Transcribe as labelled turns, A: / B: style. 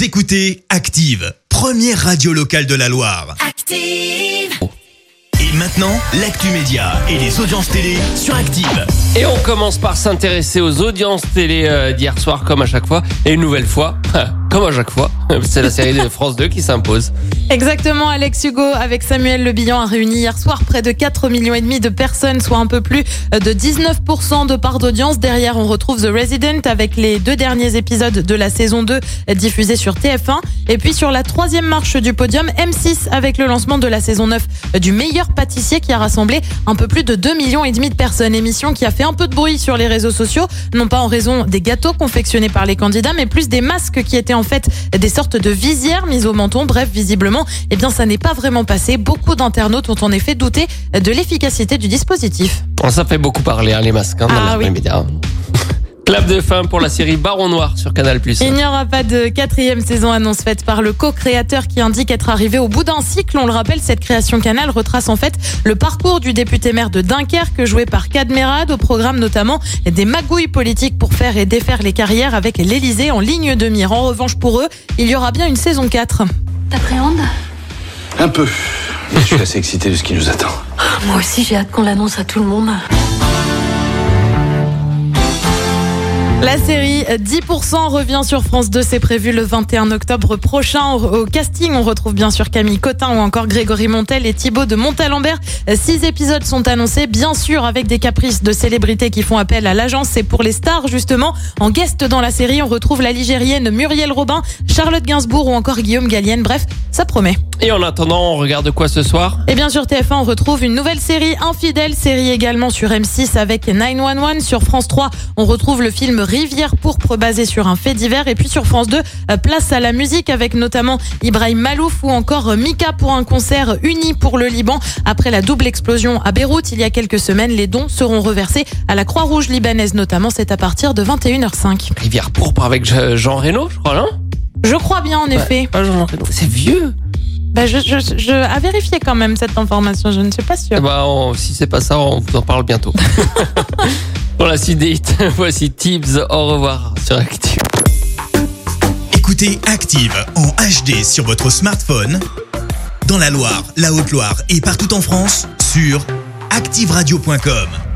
A: Vous écoutez Active, première radio locale de la Loire.
B: Active.
A: Et maintenant, l'actu média et les audiences télé sur Active.
C: Et on commence par s'intéresser aux audiences télé d'hier soir comme à chaque fois. Et une nouvelle fois, comme à chaque fois, c'est la série de France 2 qui s'impose.
D: Exactement, Alex Hugo avec Samuel Le Bihan a réuni hier soir près de 4,5 millions de personnes, soit un peu plus de 19% de part d'audience. Derrière, on retrouve The Resident avec les 2 derniers épisodes de la saison 2 diffusés sur TF1. Et puis sur la 3e marche du podium, M6 avec le lancement de la saison 9 du Meilleur Pâtissier qui a rassemblé un peu plus de 2,5 millions de personnes. Émission qui a fait un peu de bruit sur les réseaux sociaux, non pas en raison des gâteaux confectionnés par les candidats, mais plus des masques qui étaient en fait des sortes de visières mises au menton. Bref, visiblement, eh bien, ça n'est pas vraiment passé. Beaucoup d'internautes ont en effet douté de l'efficacité du dispositif.
C: Ça fait beaucoup parler, les masques, dans les médias. Clap de fin pour la série Baron Noir sur Canal+.
D: Il n'y aura pas de 4e saison, annonce faite par le co-créateur qui indique être arrivé au bout d'un cycle. On le rappelle, cette création Canal retrace en fait le parcours du député maire de Dunkerque joué par Cadmerade, au programme notamment des magouilles politiques pour faire et défaire les carrières avec l'Élysée en ligne de mire. En revanche, pour eux, il y aura bien une saison 4.
E: T'appréhendes ?
F: Un peu. Mais je suis assez excité de ce qui nous attend.
E: Moi aussi, j'ai hâte qu'on l'annonce à tout le monde.
D: La série 10% revient sur France 2, c'est prévu le 21 octobre prochain. Au casting, on retrouve bien sûr Camille Cotin ou encore Grégory Montel et Thibaut de Montalembert. 6 épisodes sont annoncés, bien sûr avec des caprices de célébrités qui font appel à l'agence. C'est pour les stars justement. En guest dans la série, on retrouve la Ligérienne Muriel Robin, Charlotte Gainsbourg ou encore Guillaume Gallienne. Bref, ça promet.
C: Et en attendant, on regarde quoi ce soir ?
D: Et bien sur TF1, on retrouve une nouvelle série, Infidèles, série également sur M6 avec 911. Sur France 3, on retrouve le film Rivière pourpre basé sur un fait divers. Et puis sur France 2, place à la musique avec notamment Ibrahim Malouf ou encore Mika pour un concert uni pour le Liban. Après la double explosion à Beyrouth il y a quelques semaines, les dons seront reversés à la Croix-Rouge libanaise notamment. C'est à partir de 21h05.
C: Rivière pourpre avec Jean Reno, je crois, non ?
D: Je crois bien en effet.
C: Pas Jean Reno. C'est vieux.
D: Je à vérifier quand même cette information, je ne suis pas sûre.
C: Si c'est pas ça, on vous en parle bientôt. Pour la suite des hits, voici Tibbs. Au revoir sur Active.
A: Écoutez Active en HD sur votre smartphone, dans la Loire, la Haute-Loire et partout en France, sur activeradio.com.